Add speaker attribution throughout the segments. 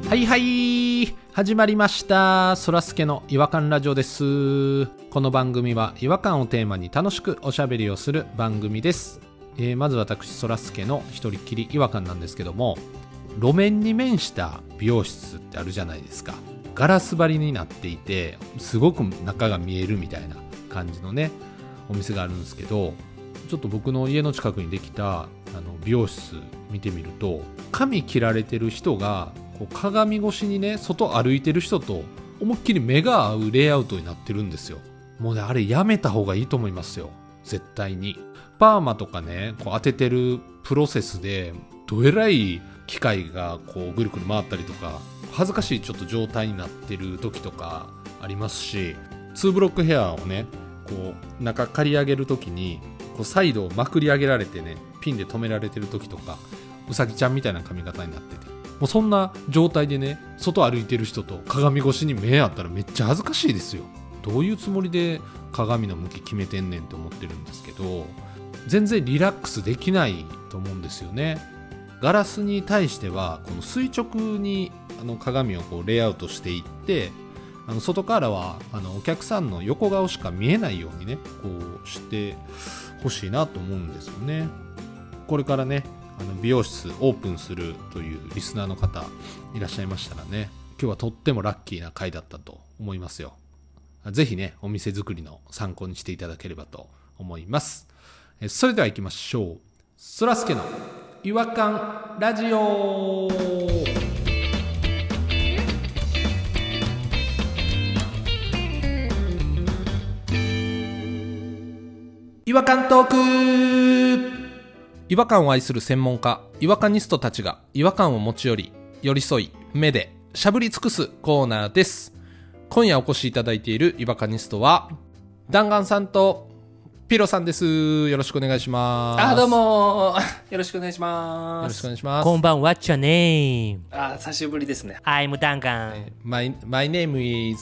Speaker 1: はいはい始まりましたそらすけの違和感ラジオです。この番組は違和感をテーマに楽しくおしゃべりをする番組です。まず私そらすけの一人っきり違和感なんですけども、路面に面した美容室ってあるじゃないですか。ガラス張りになっていてすごく中が見えるみたいな感じのねお店があるんですけど、ちょっと僕の家の近くにできた美容室見てみると、髪切られてる人がこう鏡越しにね外歩いてる人と思いっきり目が合うレイアウトになってるんですよ。もうねあれやめた方がいいと思いますよ、絶対に。パーマとかねこう当ててるプロセスでどえらい機械がこうぐるぐる回ったりとか、恥ずかしいちょっと状態になってる時とかありますし、2ブロックヘアをねこう中刈り上げる時にこうサイドをまくり上げられてねピンで留められてる時とか、うさぎちゃんみたいな髪型になってて、もうそんな状態でね外歩いてる人と鏡越しに目合ったらめっちゃ恥ずかしいですよ。どういうつもりで鏡の向き決めてんねんって思ってるんですけど、全然リラックスできないと思うんですよね。ガラスに対してはこの垂直に鏡をこうレイアウトしていって、外からはお客さんの横顔しか見えないようにねこうしてほしいなと思うんですよね。これからね美容室オープンするというリスナーの方いらっしゃいましたらね、今日はとってもラッキーな回だったと思いますよ。ぜひねお店作りの参考にしていただければと思います。それでは行きましょう。そらすけの違和感ラジオ。違和感トーク。違和感を愛する専門家違和感ニストたちが違和感を持ち寄り寄り添い目でしゃぶり尽くすコーナーです。今夜お越しいただいている違和感ニストは弾丸さんとピロさんです。よろしくお願いします。
Speaker 2: どうもよろしくお願いします。
Speaker 1: よろしくお願いします。
Speaker 3: こんばんは。What's your name?
Speaker 2: 久しぶりですね。
Speaker 3: I'm Dangan.
Speaker 1: My name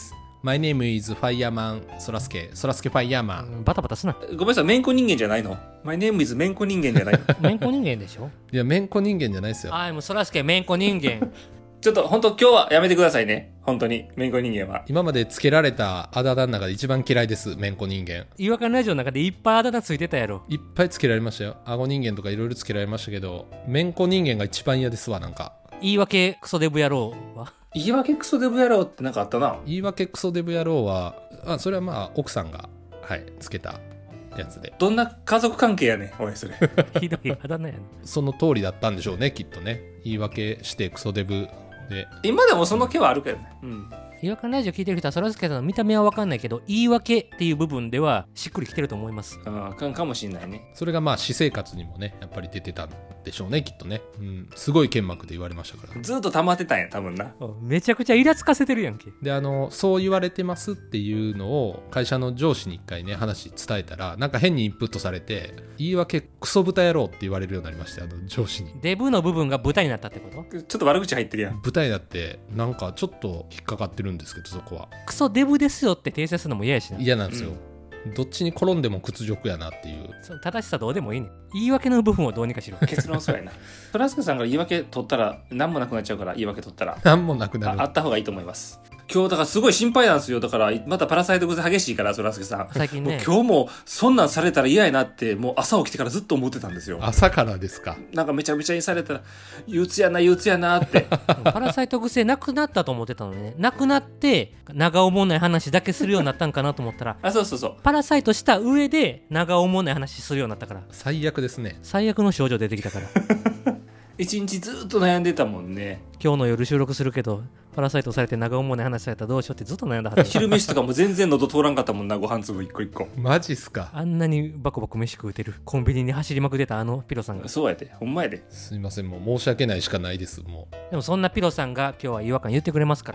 Speaker 1: is Fireman そらすけファイヤーマン。
Speaker 3: バタバタすな。
Speaker 2: ごめんなさい、めんこ人間じゃないの？ My name is めんこ人間じゃないの？
Speaker 3: めんこ人間でしょ。
Speaker 1: いやめんこ人間じゃないですよ。
Speaker 3: I'm そらすけめんこ人間。
Speaker 2: ちょっと本当今日はやめてくださいね。本当にめんこ人間は
Speaker 1: 今までつけられたあだ名の中で一番嫌いです。めんこ人間。
Speaker 3: 違和感ラジオの中でいっぱいあだ名ついてたやろ。
Speaker 1: いっぱいつけられましたよ。顎人間とかいろいろつけられましたけど、めんこ人間が一番嫌ですわ。なんか
Speaker 3: 言い訳クソデブ野郎は
Speaker 2: 言い訳クソデブ野郎ってなんかあったな。
Speaker 1: 言い訳クソデブ野郎はそれはまあ奥さんがつけたやつで、
Speaker 2: どんな家族関係やねんおいそれ。
Speaker 3: ひどいあだ名やな。
Speaker 1: その通りだったんでしょうねきっとね。言い訳してクソデブで、
Speaker 2: 今でもその気はあるけどね。
Speaker 3: 違和感ラジオ聞いてる人はそらすけさんの見た目は分かんないけど、言い訳っていう部分ではしっくりきてると思います。
Speaker 2: かもしんないね。
Speaker 1: それがまあ私生活にもねやっぱり出てたんでしょうねきっとね。すごい剣幕で言われましたから。
Speaker 2: ずっと溜まってたんや多分な。
Speaker 3: めちゃくちゃイラつかせてるやんけ。
Speaker 1: でそう言われてますっていうのを会社の上司に一回ね話伝えたら、なんか変にインプットされて言い訳クソ豚野郎って言われるようになりまして、上司に。
Speaker 3: デブの部分が豚になったってこと？
Speaker 2: ちょっと悪口入ってるやん。
Speaker 1: 豚になってなんかちょっと引っかかってるんですけど、そこは
Speaker 3: クソデブですよって訂正するのも嫌やしな。
Speaker 1: 嫌なんですよ。どっちに転んでも屈辱やなっていう。
Speaker 3: その正しさどうでもいいね。言い訳の部分をどうにかしろ。
Speaker 2: 結論そうやな。トラスケさんから言い訳取ったら何もなくなっちゃうから、言い訳取ったら
Speaker 1: 何もなくなる。
Speaker 2: あった方がいいと思います。今日だからすごい心配なんですよ。だからまたパラサイト癖激しいから、そらすけさん
Speaker 3: 最近ね。
Speaker 2: 今日もそんなんされたら嫌やなって、もう朝起きてからずっと思ってたんですよ。
Speaker 1: 朝からですか？
Speaker 2: なんかめちゃめちゃにされたら憂鬱やなって
Speaker 3: パラサイト癖なくなったと思ってたのにね。なくなって長おもんない話だけするようになったんかなと思ったら
Speaker 2: そう
Speaker 3: パラサイトした上で長おもんない話するようになったから、
Speaker 1: 最悪ですね。
Speaker 3: 最悪の症状出てきたから。
Speaker 2: 一日ずっと悩んでたもんね。
Speaker 3: 今日の夜収録するけどパラサイトされて長おもんない話されたらどうしようってずっと悩んだはず。
Speaker 2: 昼飯とかも全然喉通らんかったもんな、ご飯粒一個一個。
Speaker 1: マジっすか？
Speaker 3: あんなにバコバコ飯食うてるコンビニに走りまくってたピロさんが。
Speaker 2: そうやで、ほんまやで。
Speaker 1: すいません、もう申し訳ないしかないです。も
Speaker 3: でもそんなピロさんが今日は違和感言ってくれますから。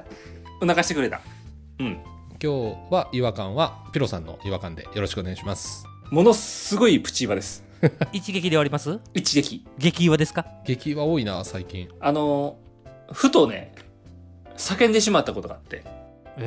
Speaker 2: 促してくれた。
Speaker 1: 今日は違和感はピロさんの違和感でよろしくお願いします。
Speaker 2: ものすごいプチ違和です。
Speaker 3: 一撃で終わります？
Speaker 2: 一撃。
Speaker 3: 激違和ですか？
Speaker 1: 激は多いな最近。
Speaker 2: ふとね叫んでしまったことがあって。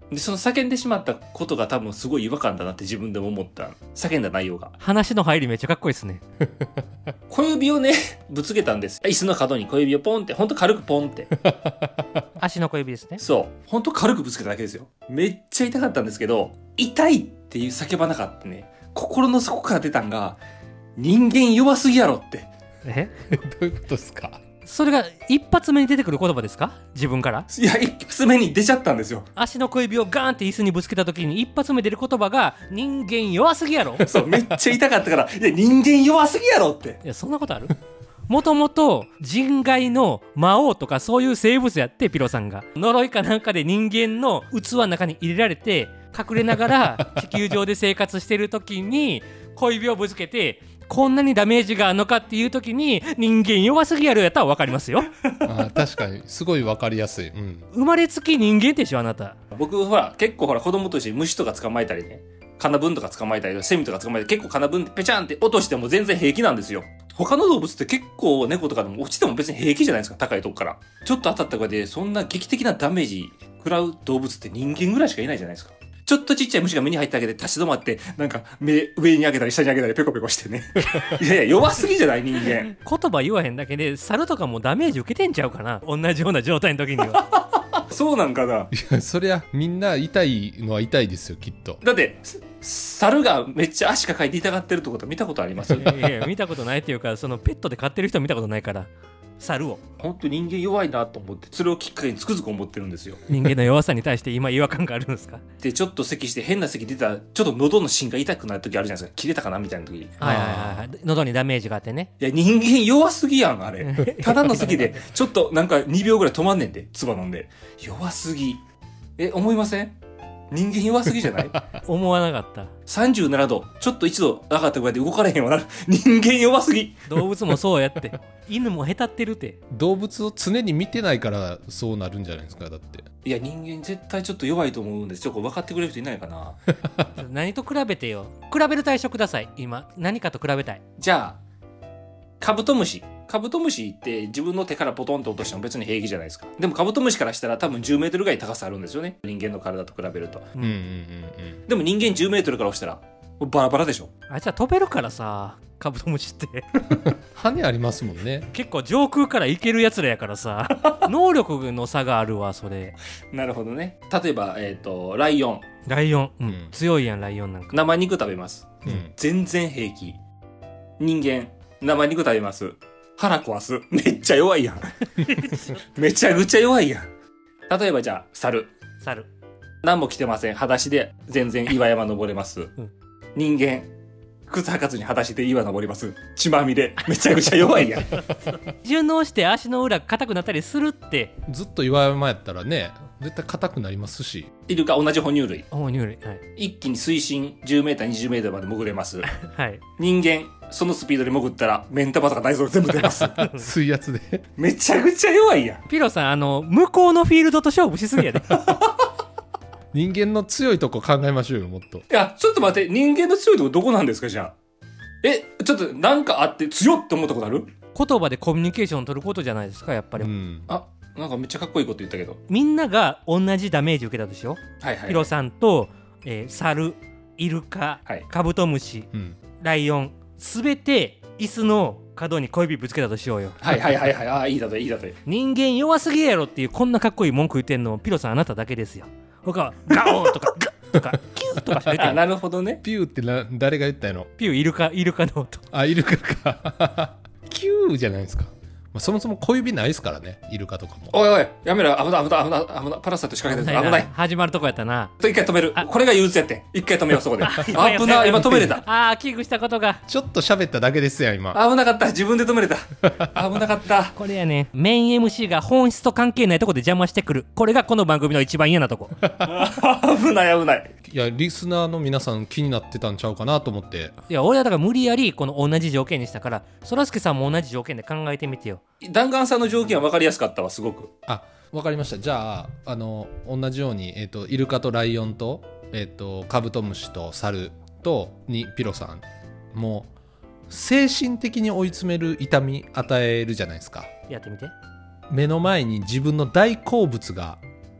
Speaker 2: でその叫んでしまったことが多分すごい違和感だなって自分でも思った。叫んだ内容が
Speaker 3: 話の入りめっちゃかっこいいですね。
Speaker 2: 小指をねぶつけたんです。椅子の角に小指をポンって、ほんと軽くポンって
Speaker 3: 足の小指ですね。
Speaker 2: そうほんと軽くぶつけただけですよ。めっちゃ痛かったんですけど、痛いっていう叫ばなかったね。心の底から出たんが、人間弱すぎやろって。
Speaker 3: え
Speaker 1: どういうことですか？
Speaker 3: それが一発目に出てくる言葉ですか？自分から？
Speaker 2: いや、一発目に出ちゃったんですよ。
Speaker 3: 足の小指をガーンって椅子にぶつけた時に一発目出る言葉が人間弱すぎやろ。
Speaker 2: そうめっちゃ痛かったから、いや人間弱すぎやろって。
Speaker 3: いやそんなことある？もともと人外の魔王とかそういう生物やって、ピロさんが呪いかなんかで人間の器の中に入れられて隠れながら地球上で生活してる時に小指をぶつけて、こんなにダメージがあるのかっていう時に人間弱すぎやろやったら分かりますよ。
Speaker 1: あ、確かにすごい分かりやすい、うん、
Speaker 3: 生まれつき人間でしょあなた。
Speaker 2: 僕ほら結構ほら子供として虫とか捕まえたりね、カナブンとか捕まえたりセミとか捕まえて、結構カナブンってペチャンって落としても全然平気なんですよ。他の動物って結構猫とかでも落ちても別に平気じゃないですか、高いとこからちょっと当たったかでそんな劇的なダメージ食らう動物って人間ぐらいしかいないじゃないですか。ちょっとちっちゃい虫が目に入っただけで立ち止まって、なんか目上に上げたり下に上げたりペコペコしてね。いやいや弱すぎじゃない人間。
Speaker 3: 言葉言わへんだけで猿とかもダメージ受けてんちゃうかな、同じような状態の時には。
Speaker 2: そうなんかな。
Speaker 1: いやそりゃみんな痛いのは痛いですよきっと。
Speaker 2: だって猿がめっちゃ足抱えて痛がってるってこと見たことあります？
Speaker 3: いや見たことないっていうか、そのペットで飼ってる人見たことないから。猿を
Speaker 2: 本当人間弱いなと思って、それをきっかけにつくづく思ってるんですよ。
Speaker 3: 人間の弱さに対して今違和感があるんですか？
Speaker 2: でちょっと咳して変な咳出たらちょっと喉の芯が痛くなる時あるじゃないですか。切れたかなみたいな時。
Speaker 3: はいはいはい、喉にダメージがあってね。
Speaker 2: いや人間弱すぎやんあれ。ただの咳でちょっとなんか2秒ぐらい止まんねんで、唾飲んで。弱すぎ。思いません？人間弱すぎじゃない？
Speaker 3: 思わなかった。
Speaker 2: 37度ちょっと1度上がったぐらいで動かれへんようになる。人間弱すぎ。
Speaker 3: 動物もそうやって。犬もへたってるて。
Speaker 1: 動物を常に見てないからそうなるんじゃないですか。だって
Speaker 2: いや人間絶対ちょっと弱いと思うんです。ちょっと分かってくれる人いないかな。
Speaker 3: 何と比べてよ。比べる対象ください。今何かと比べたい。
Speaker 2: じゃあカブトムシって自分の手からポトンと落としても別に平気じゃないですか。でもカブトムシからしたら多分10メートルぐらい高さあるんですよね、人間の体と比べると。
Speaker 1: うんうんうんうん。
Speaker 2: でも人間10メートルから落ちたらバラバラでしょ。
Speaker 3: あいつは飛べるからさ、カブトムシって
Speaker 1: 羽ありますもんね。
Speaker 3: 結構上空から行けるやつらやからさ。能力の差があるわそれ。
Speaker 2: なるほどね。例えばライオン、
Speaker 3: うん強いやんライオンなんか。
Speaker 2: 生肉食べます、全然平気。人間生肉食べます、腹壊す。めっちゃ弱いやん。めちゃくちゃ弱いやん。例えばじゃあ猿何も着てません、裸足で全然岩山登れます、人間靴履かずに裸足で岩登ります、血まみれ。めちゃくちゃ弱いやん。
Speaker 3: 順応して足の裏硬くなったりするって。
Speaker 1: ずっと岩山やったらね絶対硬くなりますし。
Speaker 2: イルカ同じ哺乳類、
Speaker 3: はい、
Speaker 2: 一気に水深 10m20m まで潜れます、
Speaker 3: はい、
Speaker 2: 人間そのスピードで潜ったら目ん玉とか内臓全部出ます。
Speaker 1: 水圧で
Speaker 2: めちゃくちゃ弱いやん。
Speaker 3: ピロさん向こうのフィールドと勝負しすぎやで。
Speaker 1: 人間の強いとこ考えましょうよもっと。
Speaker 2: いやちょっと待って、人間の強いとこどこなんですかじゃあ。ちょっとなんかあって強って思ったことある？
Speaker 3: 言葉でコミュニケーションを取ることじゃないですかやっぱり、
Speaker 2: なんかめっちゃかっこいいこと言ったけど、
Speaker 3: みんなが同じダメージ受けたでしょ、ピロさんと、猿、イルカ、カブトムシ、ライオンすべて椅子の角に小指ぶつけたとしようよ。
Speaker 2: いいだといいだと。
Speaker 3: 人間弱すぎやろっていうこんなかっこいい文句言ってんのピロさんあなただけですよ。他はガオーとかグッとかキューとかしか言ってない。
Speaker 2: なるほどね。
Speaker 1: ピューって誰が言ったの？
Speaker 3: ピューイルカの音。
Speaker 1: イルカか。キューじゃないですか。そもそも小指ないですからね、イルカとかも。
Speaker 2: おいやめろ、危ないパラサイト仕掛けてる。危ない。
Speaker 3: 始まるとこやったな。
Speaker 2: 一回止める。これが憂鬱やってん。一回止めようそこで。危ない、今止めれた。
Speaker 3: 危惧したことが。
Speaker 1: ちょっと喋っただけですよ今。
Speaker 2: 危なかった、自分で止めれた。危なかった。
Speaker 3: これやね、メイン MC が本質と関係ないとこで邪魔してくる。これがこの番組の一番嫌なとこ。
Speaker 2: 危ない。
Speaker 1: いやリスナーの皆さん気になってたんちゃうかなと思って。
Speaker 3: いや俺はだから無理やりこの同じ条件にしたから、そらすけさんも同じ条件で考えてみてよ。
Speaker 2: 弾丸さんの条件は分かりやすかったわ、すごく。
Speaker 1: 分かりました。じゃあ同じように、イルカとライオンと、カブトムシと猿とにピロさんもう精神的に追い詰める痛み与えるじゃないですか。
Speaker 3: やってみて。
Speaker 1: 目の前に自分の大好物が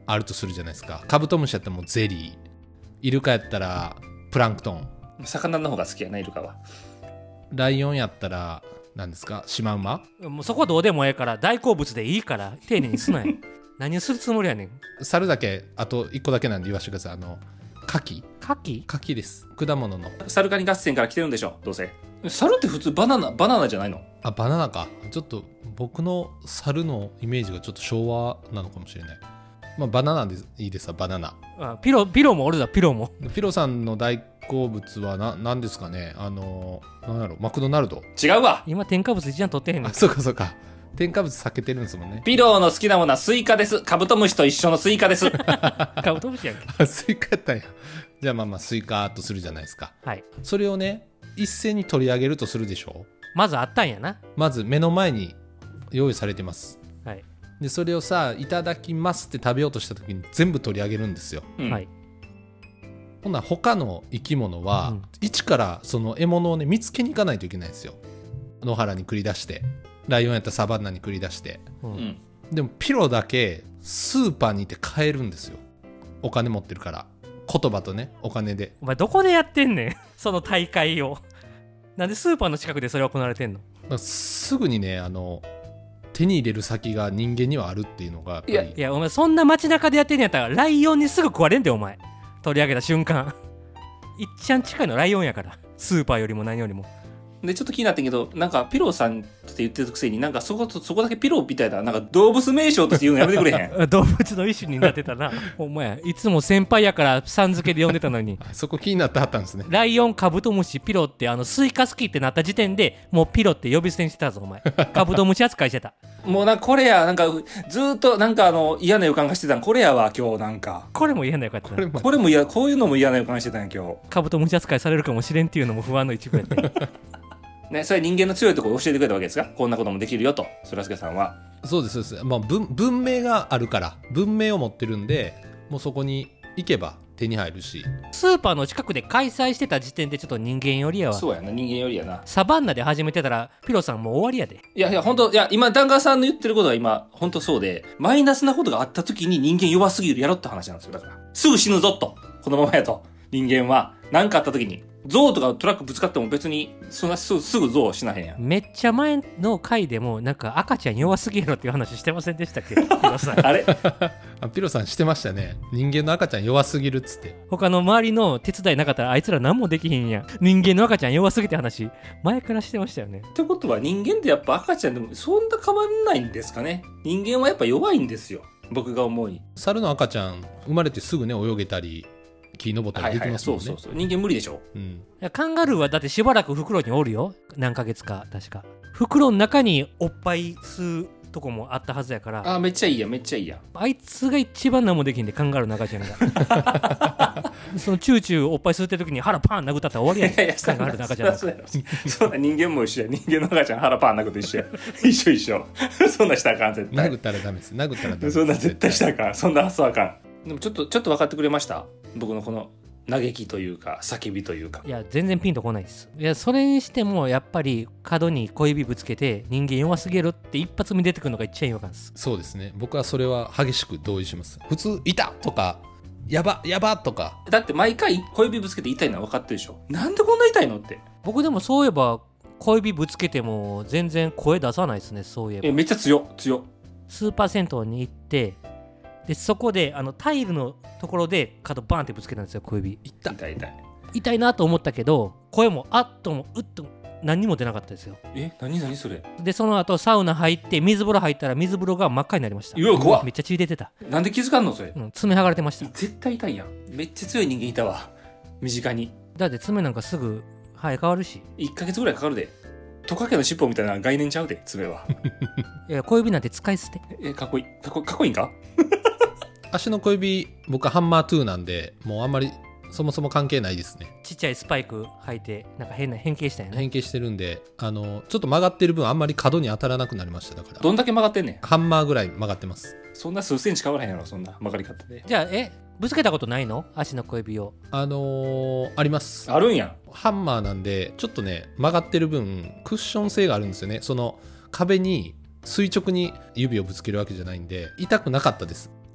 Speaker 1: あるとするじゃないですか。カブトムシやったらもうゼリー、イルカやったらプランクトン、
Speaker 2: 魚の方が好きやなイルカは。
Speaker 1: ライオンやったら何ですか、シマウマ。
Speaker 3: もうそこどうでもええから大好物でいいから丁寧にすなよ何をするつもりやねん。
Speaker 1: 猿だけあと1個だけなんで言わせてください。牡
Speaker 3: 牡
Speaker 1: 蠣です。果物の。
Speaker 2: サルカニ合戦から来てるんでしょどうせ。猿って普通バナナじゃないの？
Speaker 1: あ、バナナか。ちょっと僕の猿のイメージがちょっと昭和なのかもしれない。まあバナナでいいですわ。バナナ。
Speaker 3: あピロもおるだ。ピロも
Speaker 1: ピロさんの大好物は何ですかね。なんやろ、マクドナルド。
Speaker 2: 違うわ。
Speaker 3: 今添加物一番取ってへんねん。
Speaker 1: あ、そうか添加物避けてるんですもんね。
Speaker 2: ピローの好きなものはスイカです。カブトムシと一緒のスイカです
Speaker 3: カブトムシやんけ。
Speaker 1: あ、スイカやったんや。じゃあまあスイカとするじゃないですか。
Speaker 3: はい。
Speaker 1: それをね一斉に取り上げるとするでしょ。
Speaker 3: まずあったんやな。
Speaker 1: まず目の前に用意されてます。
Speaker 3: はい。
Speaker 1: でそれをさ、いただきますって食べようとした時に全部取り上げるんですよ。
Speaker 3: はい。
Speaker 1: ほな他の生き物は、一からその獲物をね見つけに行かないといけないんですよ。野原に繰り出して、ライオンやったらサバンナに繰り出して、でもピロだけスーパーに行って買えるんですよ。お金持ってるから。言葉とね、お金で。
Speaker 3: お前どこでやってんねんその大会を。なんでスーパーの近くでそれ行われてんの？
Speaker 1: すぐにね手に入れる先が人間にはあるっていうのがやっぱり。
Speaker 3: いやお前そんな街中でやってんねやったらライオンにすぐ食われんでお前。取り上げた瞬間いっちゃん近いのライオンやから、スーパーよりも何よりも。
Speaker 2: でちょっと気になってんけど、なんかピローさんって言ってるくせになんかそこだけピローみたいな、なんか動物名称として言うのやめてくれへん
Speaker 3: 動物の一種になってたなお前いつも先輩やからさん付けで呼んでたのに
Speaker 1: そこ気になってはったんですね。
Speaker 3: ライオン、カブトムシ、ピロってスイカ好きってなった時点でもうピロって呼び捨てにしてたぞお前。カブトムシ扱いしてた
Speaker 2: もうなんかこれや、なんかずーっとなんか嫌な予感がしてたんこれやわ今日。なんか
Speaker 3: これも嫌なよかったな。
Speaker 2: これも嫌、こういうのも嫌な予感してたんや今日。
Speaker 3: カブトムシ扱いされるかもしれんっていうのも不安の一部やって
Speaker 2: ね、それ人間の強いところを教えてくれたわけですか？こんなこともできるよと、そらすけさんは。
Speaker 1: そうですそうです。まあ文明があるから、文明を持ってるんで、もうそこに行けば手に入るし。
Speaker 3: スーパーの近くで開催してた時点でちょっと人間よりやわ。
Speaker 2: そうやな、人間よりやな。
Speaker 3: サバンナで始めてたらピロさんもう終わりやで。
Speaker 2: いや本当、いや今ダンガーさんの言ってることは今本当そうで、マイナスなことがあった時に人間弱すぎるやろって話なんですよ。だからすぐ死ぬぞと、このままやと人間は何かあった時に象とかトラックぶつかっても別にそんなすぐ象死なへんやん。
Speaker 3: めっちゃ前の回でもなんか赤ちゃん弱すぎやろっていう話してませんでしたっけピロさん
Speaker 2: あれ
Speaker 1: ピロさんしてましたね。人間の赤ちゃん弱すぎるっつって。
Speaker 3: 他の周りの手伝いなかったらあいつら何もできひんやん。人間の赤ちゃん弱すぎて話前からしてましたよね。
Speaker 2: ってことは人間ってやっぱ赤ちゃんでもそんな変わんないんですかね。人間はやっぱ弱いんですよ、僕が思うに。
Speaker 1: 猿の赤ちゃん生まれてすぐね泳げたり木登ったりできますもんね。
Speaker 2: そう人間無理でしょ。
Speaker 3: いやカンガルーはだってしばらく袋におるよ、何ヶ月か。確か袋の中におっぱい吸うとこもあったはずやから。
Speaker 2: あ、めっちゃいいやめっちゃいいや。
Speaker 3: あいつが一番何もできんで、カンガルーの赤ちゃんがそのチューチューおっぱい吸ってる時に腹パン殴ったったら終わりやねん。カンガルーの赤ちゃんが
Speaker 2: そんな人間も一緒や。人間の赤ちゃん腹パン殴って一緒や一緒そんなしたらあかん絶対。
Speaker 1: 殴ったらダメです。殴ったらダメです。
Speaker 2: そんな絶対したらあかん。そんな発想あかん。でもちょっと分かってくれました？僕のこの嘆きというか叫びというか。
Speaker 3: いや全然ピンとこないです。いやそれにしてもやっぱり角に小指ぶつけて人間弱すぎるって一発目出てくるのが一番違和感です。
Speaker 1: そうですね。僕はそれは激しく同意します。普通いたとかやばとか。
Speaker 2: だって毎回小指ぶつけて痛いのは分かってるでしょ。なんでこんな痛いのって。
Speaker 3: 僕でもそういえば小指ぶつけても全然声出さないですね。そういえば
Speaker 2: めっちゃ強
Speaker 3: スーパー銭湯に行ってでそこでタイルのところで角バーンってぶつけたんですよ。小指痛いなと思ったけど声もあっともうっとも何にも出なかったですよ。
Speaker 2: 何それ。
Speaker 3: でその後サウナ入って水風呂入ったら水風呂が真っ赤になりました。
Speaker 2: うわ怖っ。
Speaker 3: めっちゃ血出てた。
Speaker 2: なんで気づかんのそれ。
Speaker 3: 爪剥がれてました。
Speaker 2: 絶対痛いやん。めっちゃ強い人間いたわ身近に。
Speaker 3: だって爪なんかすぐ生え変わるし。
Speaker 2: 1ヶ月ぐらいかかるで。トカゲの尻尾みたいな概念ちゃうで爪は。
Speaker 3: いや小指なんて使い捨て。
Speaker 2: かっこいいんか。
Speaker 1: 足の小指僕はハンマートゥーなんでもうあんまりそもそも関係ないですね。
Speaker 3: ちっちゃいスパイク履いてなんか変な変形したんやね。
Speaker 1: 変形してるんでちょっと曲がってる分あんまり角に当たらなくなりました。だから
Speaker 2: どんだけ曲がってんねん。
Speaker 1: ハンマーぐらい曲がってます。
Speaker 2: そんな数センチ変わらへんやろそんな曲がり方で。
Speaker 3: じゃあぶつけたことないの？足の小指を。
Speaker 1: あります。
Speaker 2: あるんや。
Speaker 1: ハンマーなんでちょっとね曲がってる分クッション性があるんですよね。その壁に垂直に指をぶつけるわけじゃないんで痛くなかったです。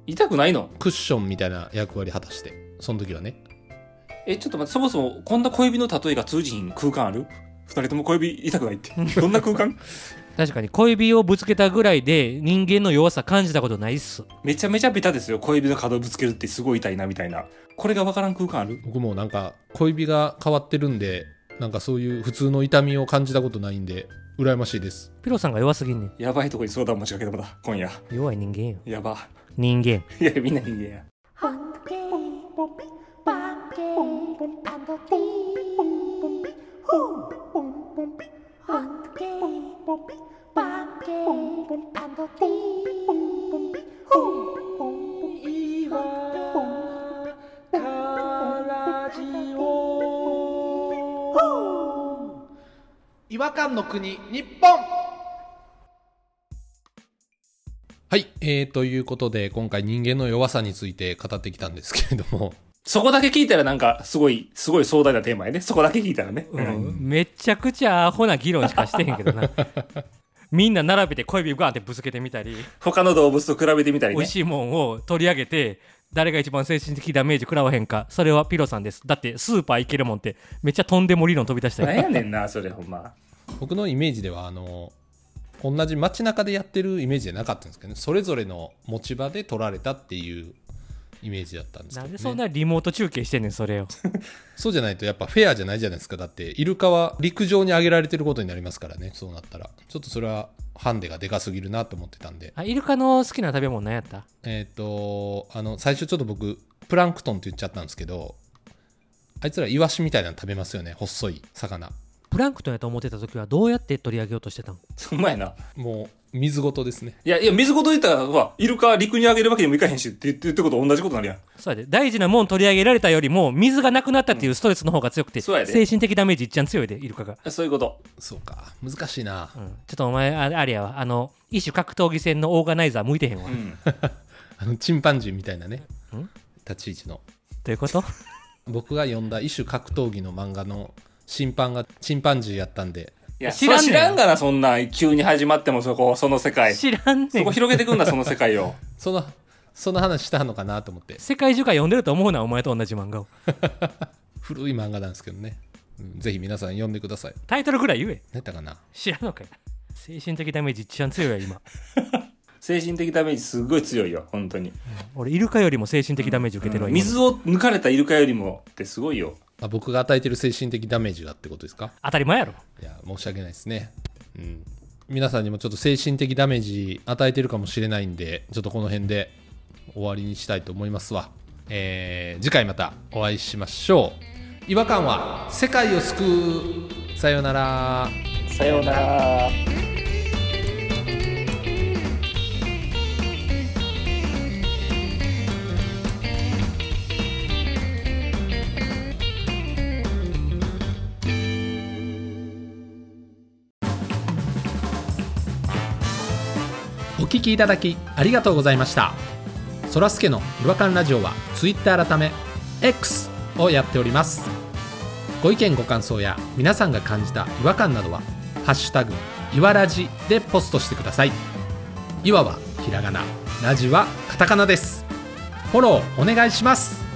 Speaker 2: 痛くないの？
Speaker 1: クッションみたいな役割果たして、その時はね。
Speaker 2: ちょっと待って、そもそもこんな小指の例えが通じひん空間ある？二人とも小指痛くないってどんな空間？
Speaker 3: 確かに小指をぶつけたぐらいで人間の弱さ感じたことないっす。
Speaker 2: めちゃめちゃベタですよ。小指の角をぶつけるってすごい痛いなみたいな。これが分からん空間ある？
Speaker 1: 僕もなんか小指が変わってるんで、なんかそういう普通の痛みを感じたことないんで羨ましいです。
Speaker 3: ピロさんが弱すぎんねん。
Speaker 2: やばいとこに相談持ちかけてもら今夜。
Speaker 3: 弱い人間よ。
Speaker 2: やば。
Speaker 3: 人間。
Speaker 2: いやみんな人間や。
Speaker 1: 違和感の国日本。はい、ということで今回人間の弱さについて語ってきたんですけれども、
Speaker 2: そこだけ聞いたらなんかすごい壮大なテーマやね。そこだけ聞いたらね、
Speaker 3: めちゃくちゃアホな議論しかしてへんけどな。みんな並べて小指ガーンってぶつけてみたり、
Speaker 2: 他の動物と比べてみたりね。
Speaker 3: 美味しいもんを取り上げて誰が一番精神的ダメージ食らわへんか、それはピロさんです。だってスーパー行けるもんってめっちゃとんでも理論飛び出した
Speaker 2: なんやねんなそれ。ほんま
Speaker 1: 僕のイメージでは同じ街中でやってるイメージじゃなかったんですけどね、それぞれの持ち場で撮られたっていうイメージだったんですけど、ね、
Speaker 3: なんでそんなリモート中継してんねんそれを。
Speaker 1: そうじゃないとやっぱフェアじゃないじゃないですか。だってイルカは陸上に上げられてることになりますからね。そうなったらちょっとそれはハンデがでかすぎるなと思ってたんで。
Speaker 3: イルカの好きな食べ物何やった？
Speaker 1: 最初ちょっと僕プランクトンって言っちゃったんですけど、あいつらイワシみたいなの食べますよね。細い魚。
Speaker 3: プランクトンやと思ってた時はどうやって取り上げようとしてたの？
Speaker 2: うまいな。
Speaker 1: もう水ごとですね。
Speaker 2: いや水ごと言ったらイルカ陸に上げるわけにもいかへんしって言ってこと同じことになるやん。
Speaker 3: そうやで、大事なもん取り上げられたよりも水がなくなったっていうストレスの方が強くて、
Speaker 2: そうやで
Speaker 3: 精神的ダメージいっちゃん強いでイルカが。
Speaker 2: そういうこと。
Speaker 1: そうか、難しいな、
Speaker 3: ちょっとお前あれやわ、一種格闘技戦のオーガナイザー向いてへんわ、
Speaker 1: チンパンジーみたいなね立ち位置の。
Speaker 3: どういうこと？
Speaker 1: 僕が読んだ一種格闘技の漫画の審判がチンパンジーやったんで。
Speaker 2: いや知らんがな、そんな急に始まってもその世界
Speaker 3: 知らんねん。
Speaker 2: そこ広げてくんなその世界を。
Speaker 1: その話したのかなと思って。
Speaker 3: 世界中が読んでると思うな、お前と同じ漫画を。
Speaker 1: 古い漫画なんですけどね、ぜひ皆さん読んでください。
Speaker 3: タイトルぐらい言え。
Speaker 1: 何だかな。
Speaker 3: 知らんのかよ。精神的ダメージ一番強いわ今。
Speaker 2: 精神的ダメージすごい強いよ本当に、
Speaker 3: 俺イルカよりも精神的ダメージ受けてるわ、今
Speaker 2: 水を抜かれたイルカよりもってすごいよ。
Speaker 1: 僕が与えてる精神的ダメージがってことですか？
Speaker 3: 当たり前やろ。
Speaker 1: いや申し訳ないですね、皆さんにもちょっと精神的ダメージ与えてるかもしれないんで、ちょっとこの辺で終わりにしたいと思いますわ。次回またお会いしましょう。違和感は世界を救う。さようなら。
Speaker 2: さようなら。
Speaker 1: お聞きいただきありがとうございました。そらすけの違和感ラジオは Twitter 改め X をやっております。ご意見ご感想や皆さんが感じた違和感などはハッシュタグいわらじでポストしてください。いわはひらがな、ラジはカタカナです。フォローお願いします。